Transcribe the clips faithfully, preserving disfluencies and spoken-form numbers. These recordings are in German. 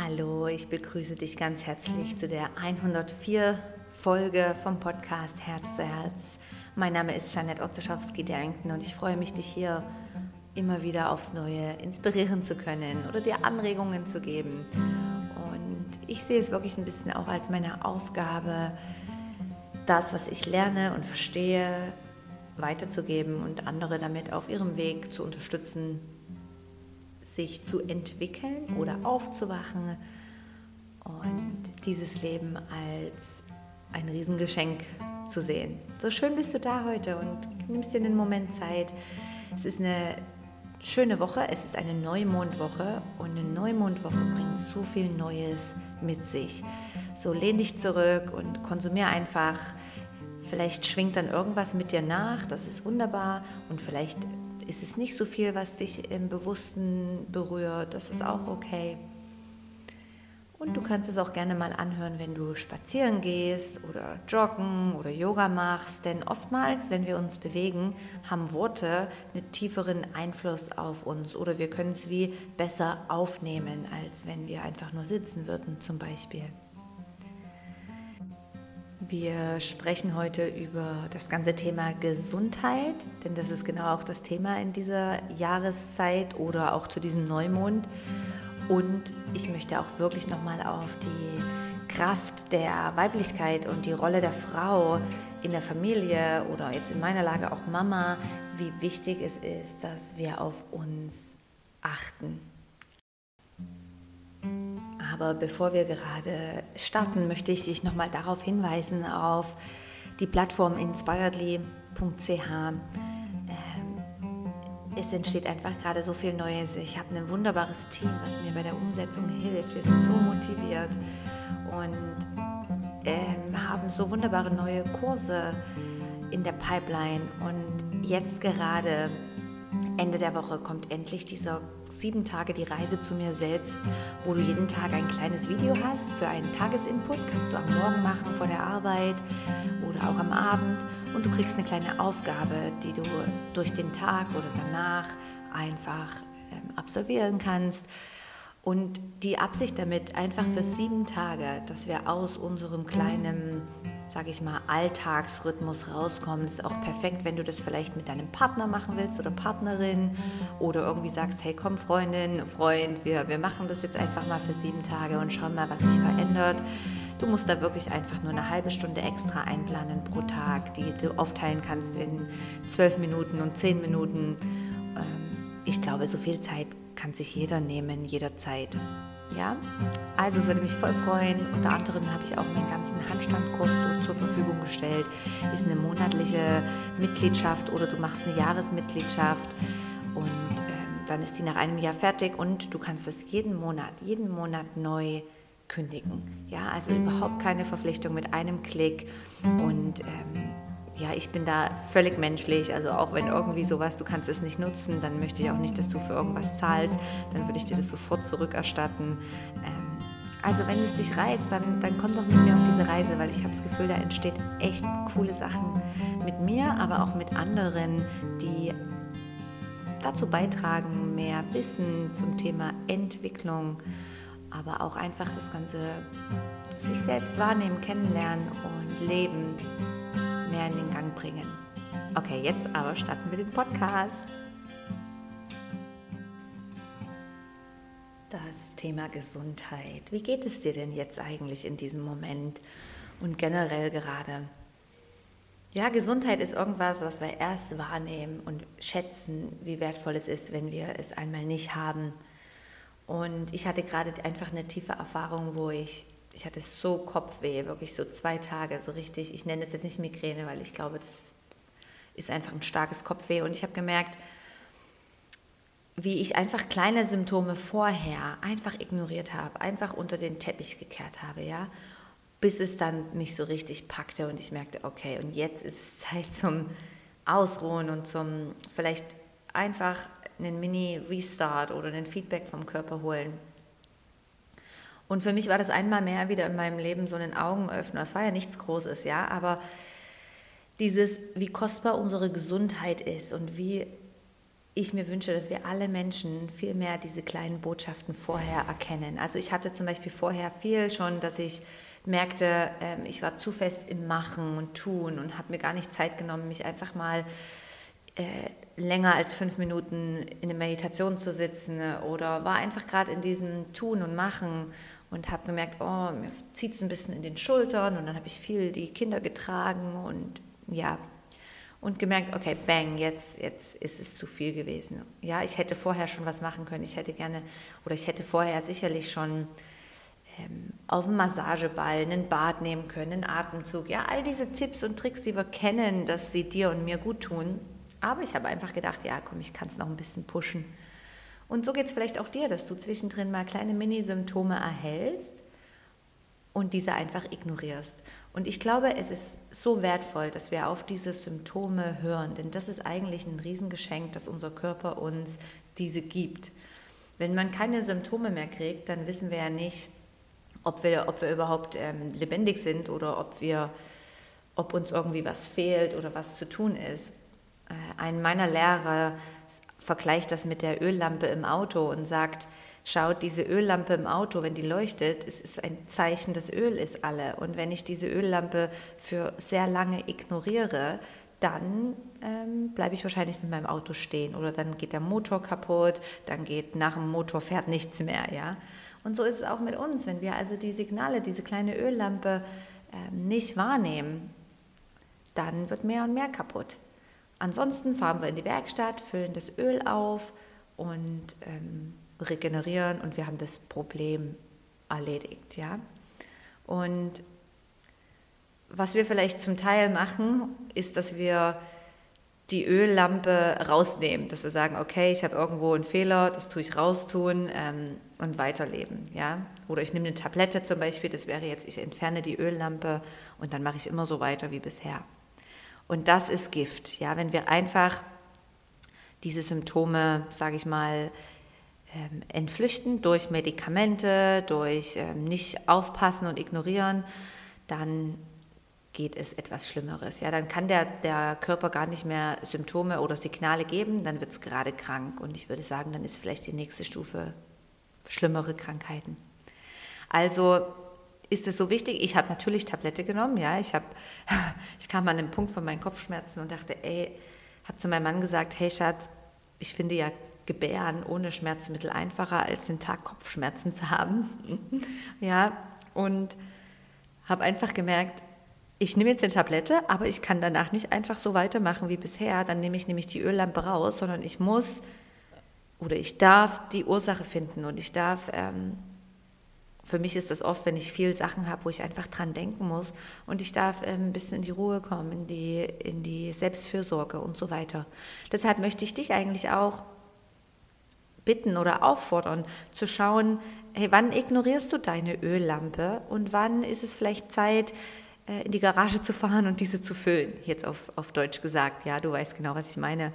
Hallo, ich begrüße dich ganz herzlich zu der hundertvier Folge vom Podcast Herz zu Herz. Mein Name ist Jeanette Otzeschowski-Darrington und ich freue mich, dich hier immer wieder aufs Neue inspirieren zu können oder dir Anregungen zu geben. Und ich sehe es wirklich ein bisschen auch als meine Aufgabe, das, was ich lerne und verstehe, weiterzugeben und andere damit auf ihrem Weg zu unterstützen, sich zu entwickeln oder aufzuwachen und dieses Leben als ein Riesengeschenk zu sehen. So schön bist du da heute und nimmst dir einen Moment Zeit. Es ist eine schöne Woche, es ist eine Neumondwoche und eine Neumondwoche bringt so viel Neues mit sich. So lehn dich zurück und konsumier einfach. Vielleicht schwingt dann irgendwas mit dir nach, das ist wunderbar, und vielleicht ist es nicht so viel, was dich im Bewussten berührt, das ist auch okay. Und du kannst es auch gerne mal anhören, wenn du spazieren gehst oder joggen oder Yoga machst, denn oftmals, wenn wir uns bewegen, haben Worte einen tieferen Einfluss auf uns oder wir können es wie besser aufnehmen, als wenn wir einfach nur sitzen würden zum Beispiel. Wir sprechen heute über das ganze Thema Gesundheit, denn das ist genau auch das Thema in dieser Jahreszeit oder auch zu diesem Neumond. Und ich möchte auch wirklich nochmal auf die Kraft der Weiblichkeit und die Rolle der Frau in der Familie oder jetzt in meiner Lage auch Mama, wie wichtig es ist, dass wir auf uns achten. Aber bevor wir gerade starten, möchte ich dich nochmal darauf hinweisen, auf die Plattform inspiredly punkt c h. Es entsteht einfach gerade so viel Neues. Ich habe ein wunderbares Team, was mir bei der Umsetzung hilft. Wir sind so motiviert und ähm, haben so wunderbare neue Kurse in der Pipeline. Und jetzt gerade Ende der Woche kommt endlich dieser sieben Tage die Reise zu mir selbst, wo du jeden Tag ein kleines Video hast für einen Tagesinput. Kannst du am Morgen machen vor der Arbeit oder auch am Abend. Und du kriegst eine kleine Aufgabe, die du durch den Tag oder danach einfach ähm, absolvieren kannst. Und die Absicht damit einfach für sieben Tage, dass wir aus unserem kleinen, sage ich mal, Alltagsrhythmus rauskommen. Das ist auch perfekt, wenn du das vielleicht mit deinem Partner machen willst oder Partnerin oder irgendwie sagst, hey komm Freundin, Freund, wir, wir machen das jetzt einfach mal für sieben Tage und schauen mal, was sich verändert. Du musst da wirklich einfach nur eine halbe Stunde extra einplanen pro Tag, die du aufteilen kannst in zwölf Minuten und zehn Minuten. Ich glaube, so viel Zeit kann sich jeder nehmen, jederzeit. Ja, also es würde mich voll freuen. Unter anderem habe ich auch meinen ganzen Handstandkurs zur Verfügung gestellt. Ist eine monatliche Mitgliedschaft oder du machst eine Jahresmitgliedschaft und ähm, dann ist die nach einem Jahr fertig und du kannst es jeden Monat, jeden Monat neu kündigen. Ja, also überhaupt keine Verpflichtung mit einem Klick und ähm, ja, ich bin da völlig menschlich, also auch wenn irgendwie sowas, du kannst es nicht nutzen, dann möchte ich auch nicht, dass du für irgendwas zahlst, dann würde ich dir das sofort zurückerstatten. Ähm, also wenn es dich reizt, dann, dann komm doch mit mir auf diese Reise, weil ich habe das Gefühl, da entsteht echt coole Sachen mit mir, aber auch mit anderen, die dazu beitragen, mehr Wissen zum Thema Entwicklung, aber auch einfach das Ganze sich selbst wahrnehmen, kennenlernen und leben mehr in den Gang bringen. Okay, jetzt aber starten wir den Podcast. Das Thema Gesundheit. Wie geht es dir denn jetzt eigentlich in diesem Moment und generell gerade? Ja, Gesundheit ist irgendwas, was wir erst wahrnehmen und schätzen, wie wertvoll es ist, wenn wir es einmal nicht haben. Und ich hatte gerade einfach eine tiefe Erfahrung, wo ich Ich hatte so Kopfweh, wirklich so zwei Tage, so richtig, ich nenne es jetzt nicht Migräne, weil ich glaube, das ist einfach ein starkes Kopfweh. Und ich habe gemerkt, wie ich einfach kleine Symptome vorher einfach ignoriert habe, einfach unter den Teppich gekehrt habe, ja, bis es dann mich so richtig packte und ich merkte, okay, und jetzt ist es Zeit zum Ausruhen und zum vielleicht einfach einen Mini-Restart oder einen Feedback vom Körper holen. Und für mich war das einmal mehr wieder in meinem Leben so ein Augenöffner. Es war ja nichts Großes, ja, aber dieses, wie kostbar unsere Gesundheit ist und wie ich mir wünsche, dass wir alle Menschen viel mehr diese kleinen Botschaften vorher erkennen. Also ich hatte zum Beispiel vorher viel schon, dass ich merkte, ähm, ich war zu fest im Machen und Tun und habe mir gar nicht Zeit genommen, mich einfach mal äh, länger als fünf Minuten in der Meditation zu sitzen oder war einfach gerade in diesem Tun und Machen und habe gemerkt, oh, mir zieht es ein bisschen in den Schultern und dann habe ich viel die Kinder getragen und ja, und gemerkt, okay, bang, jetzt, jetzt ist es zu viel gewesen. Ja, ich hätte vorher schon was machen können, ich hätte gerne, oder ich hätte vorher sicherlich schon ähm, auf dem Massageball einen Bad nehmen können, einen Atemzug, ja, all diese Tipps und Tricks, die wir kennen, dass sie dir und mir gut tun. Aber ich habe einfach gedacht, ja, komm, ich kann es noch ein bisschen pushen. Und so geht es vielleicht auch dir, dass du zwischendrin mal kleine Mini-Symptome erhältst und diese einfach ignorierst. Und ich glaube, es ist so wertvoll, dass wir auf diese Symptome hören, denn das ist eigentlich ein Riesengeschenk, dass unser Körper uns diese gibt. Wenn man keine Symptome mehr kriegt, dann wissen wir ja nicht, ob wir, ob wir überhaupt ähm, lebendig sind oder ob, wir, ob uns irgendwie was fehlt oder was zu tun ist. Äh, ein meiner Lehrer vergleicht das mit der Öllampe im Auto und sagt, schaut, diese Öllampe im Auto, wenn die leuchtet, es ist ein Zeichen, das Öl ist alle. Und wenn ich diese Öllampe für sehr lange ignoriere, dann ähm, bleibe ich wahrscheinlich mit meinem Auto stehen oder dann geht der Motor kaputt, dann geht nach dem Motor fährt nichts mehr, ja. Und so ist es auch mit uns, wenn wir also die Signale, diese kleine Öllampe ähm, nicht wahrnehmen, dann wird mehr und mehr kaputt. Ansonsten fahren wir in die Werkstatt, füllen das Öl auf und ähm, regenerieren und wir haben das Problem erledigt, ja. Und was wir vielleicht zum Teil machen, ist, dass wir die Öllampe rausnehmen, dass wir sagen, okay, ich habe irgendwo einen Fehler, das tue ich raustun ähm, und weiterleben, ja. Oder ich nehme eine Tablette zum Beispiel, das wäre jetzt, ich entferne die Öllampe und dann mache ich immer so weiter wie bisher. Und das ist Gift, ja, wenn wir einfach diese Symptome, sage ich mal, ähm, entflüchten durch Medikamente, durch ähm, nicht aufpassen und ignorieren, dann geht es etwas Schlimmeres. Ja, dann kann der, der Körper gar nicht mehr Symptome oder Signale geben, dann wird es gerade krank. Und ich würde sagen, dann ist vielleicht die nächste Stufe schlimmere Krankheiten. Also ist es so wichtig, ich habe natürlich Tablette genommen, ja, ich, hab, ich kam an den Punkt von meinen Kopfschmerzen und dachte, ey, habe zu meinem Mann gesagt, hey Schatz, ich finde ja Gebären ohne Schmerzmittel einfacher, als den Tag Kopfschmerzen zu haben. Ja, und habe einfach gemerkt, ich nehme jetzt eine Tablette, aber ich kann danach nicht einfach so weitermachen wie bisher, dann nehme ich nämlich die Öllampe raus, sondern ich muss oder ich darf die Ursache finden und ich darf, ähm, für mich ist das oft, wenn ich viel Sachen habe, wo ich einfach dran denken muss und ich darf ähm, ein bisschen in die Ruhe kommen, in die, in die Selbstfürsorge und so weiter. Deshalb möchte ich dich eigentlich auch bitten oder auffordern, zu schauen, hey, wann ignorierst du deine Öllampe und wann ist es vielleicht Zeit, in die Garage zu fahren und diese zu füllen, jetzt auf, auf Deutsch gesagt, ja, du weißt genau, was ich meine.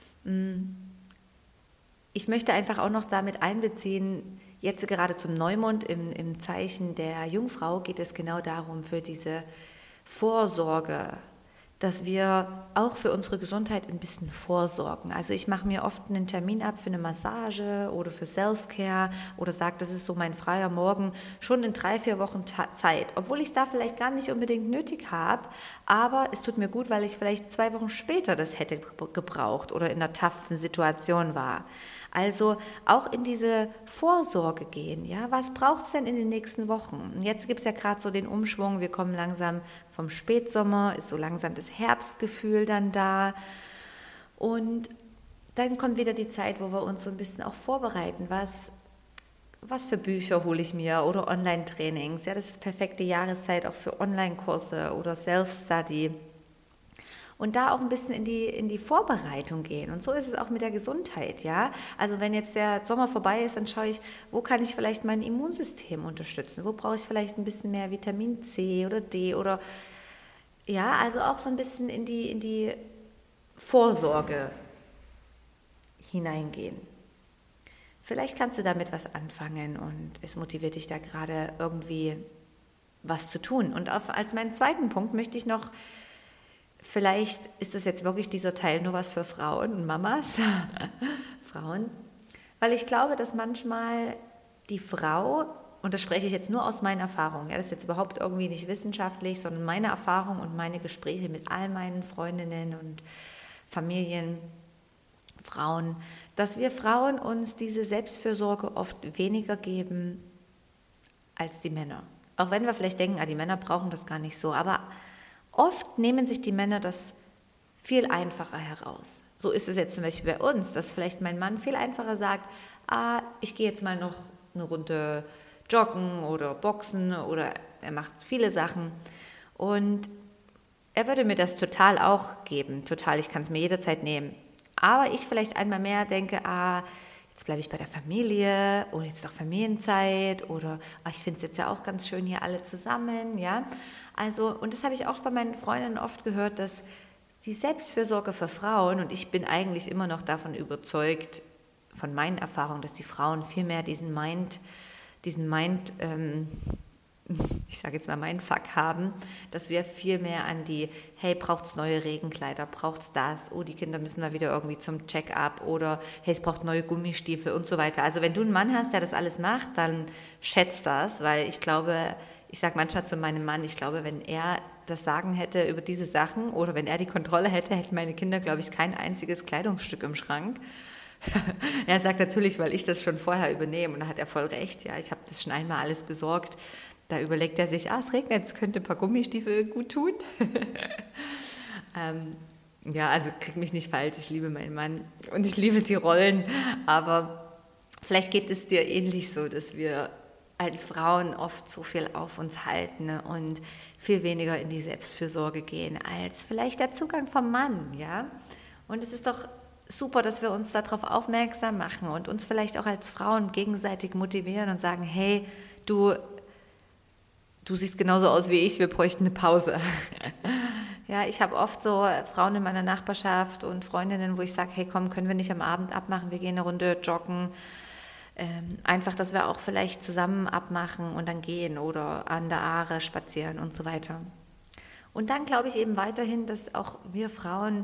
Ich möchte einfach auch noch damit einbeziehen, jetzt gerade zum Neumond im, im Zeichen der Jungfrau geht es genau darum, für diese Vorsorge, dass wir auch für unsere Gesundheit ein bisschen vorsorgen. Also ich mache mir oft einen Termin ab für eine Massage oder für Self-Care oder sage, das ist so mein freier Morgen, schon in drei, vier Wochen ta- Zeit. Obwohl ich es da vielleicht gar nicht unbedingt nötig habe, aber es tut mir gut, weil ich vielleicht zwei Wochen später das hätte gebraucht oder in einer taffen Situation war. Also auch in diese Vorsorge gehen. Ja? Was braucht es denn in den nächsten Wochen? Und jetzt gibt es ja gerade so den Umschwung, wir kommen langsam vom Spätsommer, ist so langsam das Herbstgefühl dann da. Und dann kommt wieder die Zeit, wo wir uns so ein bisschen auch vorbereiten, was, was für Bücher hole ich mir oder Online-Trainings. Ja, das ist perfekte Jahreszeit auch für Online-Kurse oder Self-Study. Und da auch ein bisschen in die, in die Vorbereitung gehen. Und so ist es auch mit der Gesundheit, ja. Also wenn jetzt der Sommer vorbei ist, dann schaue ich, wo kann ich vielleicht mein Immunsystem unterstützen? Wo brauche ich vielleicht ein bisschen mehr Vitamin C oder D oder, ja, also auch so ein bisschen in die, in die Vorsorge hineingehen. Vielleicht kannst du damit was anfangen und es motiviert dich da gerade irgendwie was zu tun. Und auf, als meinen zweiten Punkt möchte ich noch vielleicht ist das jetzt wirklich dieser Teil nur was für Frauen und Mamas, Frauen, weil ich glaube, dass manchmal die Frau, und das spreche ich jetzt nur aus meiner Erfahrung, ja, das ist jetzt überhaupt irgendwie nicht wissenschaftlich, sondern meine Erfahrung und meine Gespräche mit all meinen Freundinnen und Familien, Frauen, dass wir Frauen uns diese Selbstfürsorge oft weniger geben als die Männer. Auch wenn wir vielleicht denken, ah, die Männer brauchen das gar nicht so, aber oft nehmen sich die Männer das viel einfacher heraus. So ist es jetzt zum Beispiel bei uns, dass vielleicht mein Mann viel einfacher sagt, ah, ich gehe jetzt mal noch eine Runde joggen oder boxen oder er macht viele Sachen und er würde mir das total auch geben, total, ich kann es mir jederzeit nehmen. Aber ich vielleicht einmal mehr denke, ah, jetzt bleibe ich bei der Familie oder jetzt noch Familienzeit oder ah, ich finde es jetzt ja auch ganz schön hier alle zusammen, ja. Also, und das habe ich auch bei meinen Freundinnen oft gehört, dass die Selbstfürsorge für Frauen, und ich bin eigentlich immer noch davon überzeugt, von meinen Erfahrungen, dass die Frauen viel mehr diesen Mind, diesen Mind, ähm, ich sage jetzt mal Mindfuck haben, dass wir viel mehr an die, hey, braucht es neue Regenkleider, braucht es das, oh, die Kinder müssen mal wieder irgendwie zum Check-up oder hey, es braucht neue Gummistiefel und so weiter. Also wenn du einen Mann hast, der das alles macht, dann schätzt das, weil ich glaube, ich sage manchmal zu meinem Mann, ich glaube, wenn er das Sagen hätte über diese Sachen oder wenn er die Kontrolle hätte, hätten meine Kinder, glaube ich, kein einziges Kleidungsstück im Schrank. Er sagt natürlich, weil ich das schon vorher übernehme und da hat er voll recht, ja, ich habe das schon einmal alles besorgt. Da überlegt er sich, ah, es regnet, es könnte ein paar Gummistiefel gut tun. ähm, ja, also krieg mich nicht falsch, ich liebe meinen Mann und ich liebe die Rollen, aber vielleicht geht es dir ähnlich so, dass wir als Frauen oft so viel auf uns halten und viel weniger in die Selbstfürsorge gehen als vielleicht der Zugang vom Mann, ja. Und es ist doch super, dass wir uns darauf aufmerksam machen und uns vielleicht auch als Frauen gegenseitig motivieren und sagen, hey, du, du siehst genauso aus wie ich, wir bräuchten eine Pause. Ja, ich habe oft so Frauen in meiner Nachbarschaft und Freundinnen, wo ich sage, hey, komm, können wir nicht am Abend abmachen, wir gehen eine Runde joggen. Ähm, einfach, dass wir auch vielleicht zusammen abmachen und dann gehen oder an der Aare spazieren und so weiter. Und dann glaube ich eben weiterhin, dass auch wir Frauen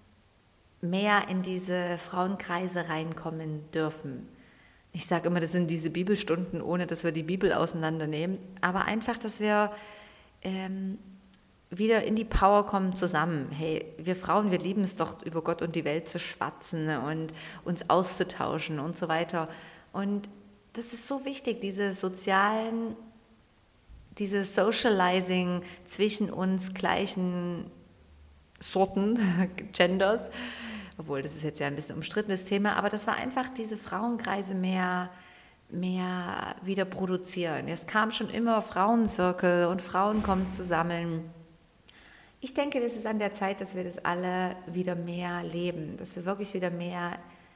mehr in diese Frauenkreise reinkommen dürfen. Ich sage immer, das sind diese Bibelstunden, ohne dass wir die Bibel auseinandernehmen, aber einfach, dass wir ähm, wieder in die Power kommen zusammen. Hey, wir Frauen, wir lieben es doch, über Gott und die Welt zu schwatzen und uns auszutauschen und so weiter. Und das ist so wichtig, diese sozialen, dieses Socializing zwischen uns gleichen Sorten, Genders, obwohl das ist jetzt ja ein bisschen umstrittenes Thema, aber das war einfach diese Frauenkreise mehr, mehr wieder produzieren. Es kam schon immer Frauenzirkel und Frauen kommen zusammen. Ich denke, das ist an der Zeit, dass wir das alle wieder mehr leben, dass wir wirklich wieder mehr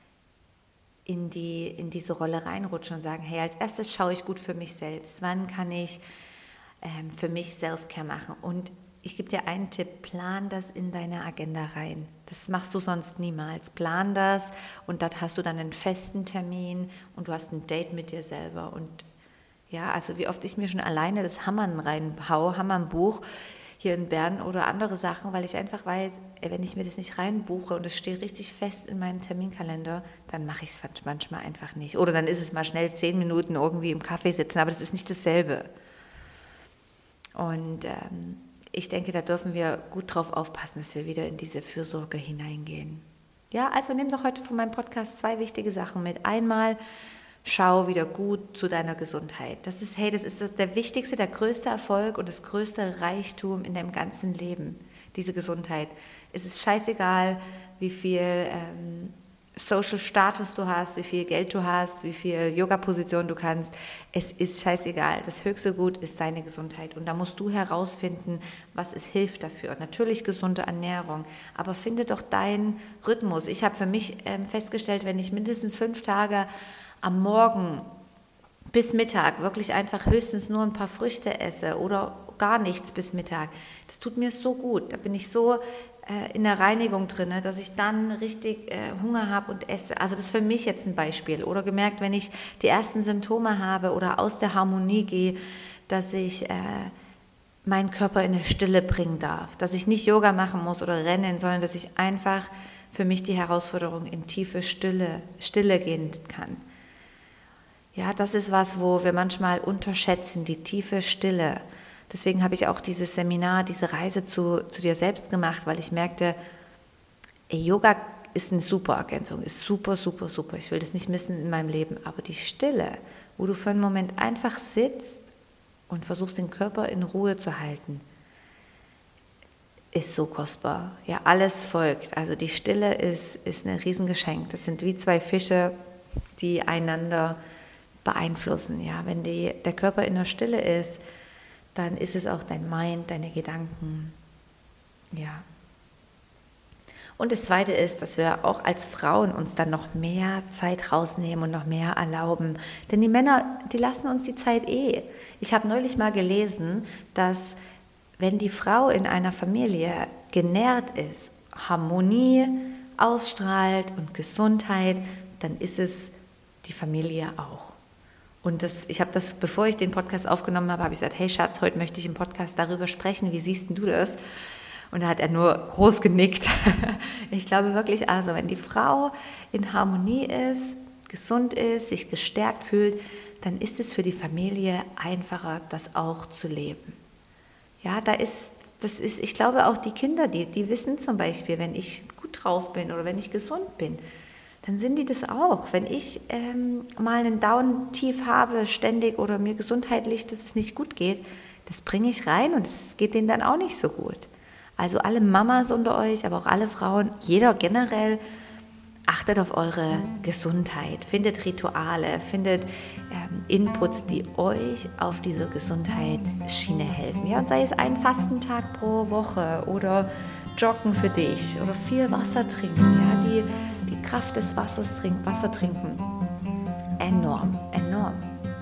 in, die, in diese Rolle reinrutschen und sagen, hey, als erstes schaue ich gut für mich selbst. Wann kann ich ähm, für mich Self-Care machen? Und ich gebe dir einen Tipp, plan das in deine Agenda rein. Das machst du sonst niemals. Plan das und dort hast du dann einen festen Termin und du hast ein Date mit dir selber. Und ja, also wie oft ich mir schon alleine das Hammern reinhaue, Hammernbuch hier in Bern oder andere Sachen, weil ich einfach weiß, wenn ich mir das nicht reinbuche und es steht richtig fest in meinem Terminkalender, dann mache ich es manchmal einfach nicht. Oder dann ist es mal schnell zehn Minuten irgendwie im Kaffee sitzen, aber das ist nicht dasselbe. Und ähm, ich denke, da dürfen wir gut drauf aufpassen, dass wir wieder in diese Fürsorge hineingehen. Ja, also nimm doch heute von meinem Podcast zwei wichtige Sachen mit. Einmal, schau wieder gut zu deiner Gesundheit. Das ist, hey, das ist das, der wichtigste, der größte Erfolg und das größte Reichtum in deinem ganzen Leben, diese Gesundheit. Es ist scheißegal, wie viel ähm, Social Status du hast, wie viel Geld du hast, wie viel Yoga-Position du kannst. Es ist scheißegal. Das höchste Gut ist deine Gesundheit. Und da musst du herausfinden, was es hilft dafür. Natürlich gesunde Ernährung, aber finde doch deinen Rhythmus. Ich habe für mich ähm, festgestellt, wenn ich mindestens fünf Tage am Morgen bis Mittag wirklich einfach höchstens nur ein paar Früchte esse oder gar nichts bis Mittag, das tut mir so gut. Da bin ich so äh, in der Reinigung drin, dass ich dann richtig äh, Hunger habe und esse. Also das ist für mich jetzt ein Beispiel. Oder gemerkt, wenn ich die ersten Symptome habe oder aus der Harmonie gehe, dass ich äh, meinen Körper in eine Stille bringen darf, dass ich nicht Yoga machen muss oder rennen, sondern dass ich einfach für mich die Herausforderung in tiefe Stille, Stille gehen kann. Ja, das ist was, wo wir manchmal unterschätzen, die tiefe Stille. Deswegen habe ich auch dieses Seminar, diese Reise zu, zu dir selbst gemacht, weil ich merkte, ey, Yoga ist eine super Ergänzung, ist super, super, super. Ich will das nicht missen in meinem Leben. Aber die Stille, wo du für einen Moment einfach sitzt und versuchst, den Körper in Ruhe zu halten, ist so kostbar. Ja, alles folgt. Also die Stille ist, ist ein Riesengeschenk. Das sind wie zwei Fische, die einander beeinflussen. Ja, wenn die, der Körper in der Stille ist, dann ist es auch dein Mind, deine Gedanken. Ja. Und das Zweite ist, dass wir auch als Frauen uns dann noch mehr Zeit rausnehmen und noch mehr erlauben. Denn die Männer, die lassen uns die Zeit eh. Ich habe neulich mal gelesen, dass wenn die Frau in einer Familie genährt ist, Harmonie ausstrahlt und Gesundheit, dann ist es die Familie auch. Und das, ich habe das, bevor ich den Podcast aufgenommen habe, habe ich gesagt, hey Schatz, heute möchte ich im Podcast darüber sprechen, wie siehst du das? Und da hat er nur groß genickt. Ich glaube wirklich, also wenn die Frau in Harmonie ist, gesund ist, sich gestärkt fühlt, dann ist es für die Familie einfacher, das auch zu leben. Ja, da ist, das ist, ich glaube auch die Kinder, die, die wissen zum Beispiel, wenn ich gut drauf bin oder wenn ich gesund bin, dann sind die das auch. Wenn ich ähm, mal einen Down-Tief habe ständig oder mir gesundheitlich, dass es nicht gut geht, das bringe ich rein und es geht denen dann auch nicht so gut. Also alle Mamas unter euch, aber auch alle Frauen, jeder generell, achtet auf eure Gesundheit, findet Rituale, findet ähm, Inputs, die euch auf diese Gesundheitsschiene helfen. Ja, und sei es ein Fastentag pro Woche oder Joggen für dich oder viel Wasser trinken, ja, die, die Kraft des Wassers trinken, Wasser trinken, enorm, enorm.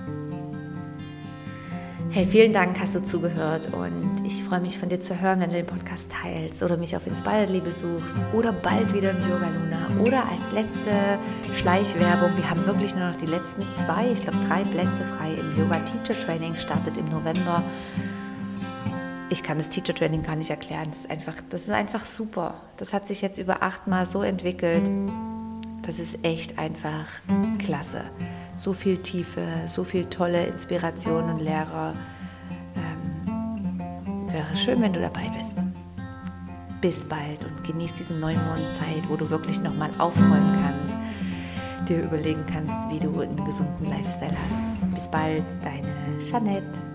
Hey, vielen Dank, hast du zugehört und ich freue mich von dir zu hören, wenn du den Podcast teilst oder mich auf Inspiredly besuchst oder bald wieder im Yoga Luna oder als letzte Schleichwerbung, wir haben wirklich nur noch die letzten zwei, ich glaube drei Plätze frei im Yoga Teacher Training, startet im November. Ich kann das Teacher Training gar nicht erklären, das ist einfach, das ist einfach super. Das hat sich jetzt über acht Mal so entwickelt, das ist echt einfach klasse. So viel Tiefe, so viel tolle Inspiration und Lehrer. Ähm, wäre schön, wenn du dabei bist. Bis bald und genieß diesen neun Monate Zeit, wo du wirklich nochmal aufräumen kannst, dir überlegen kannst, wie du einen gesunden Lifestyle hast. Bis bald, deine Jeanette.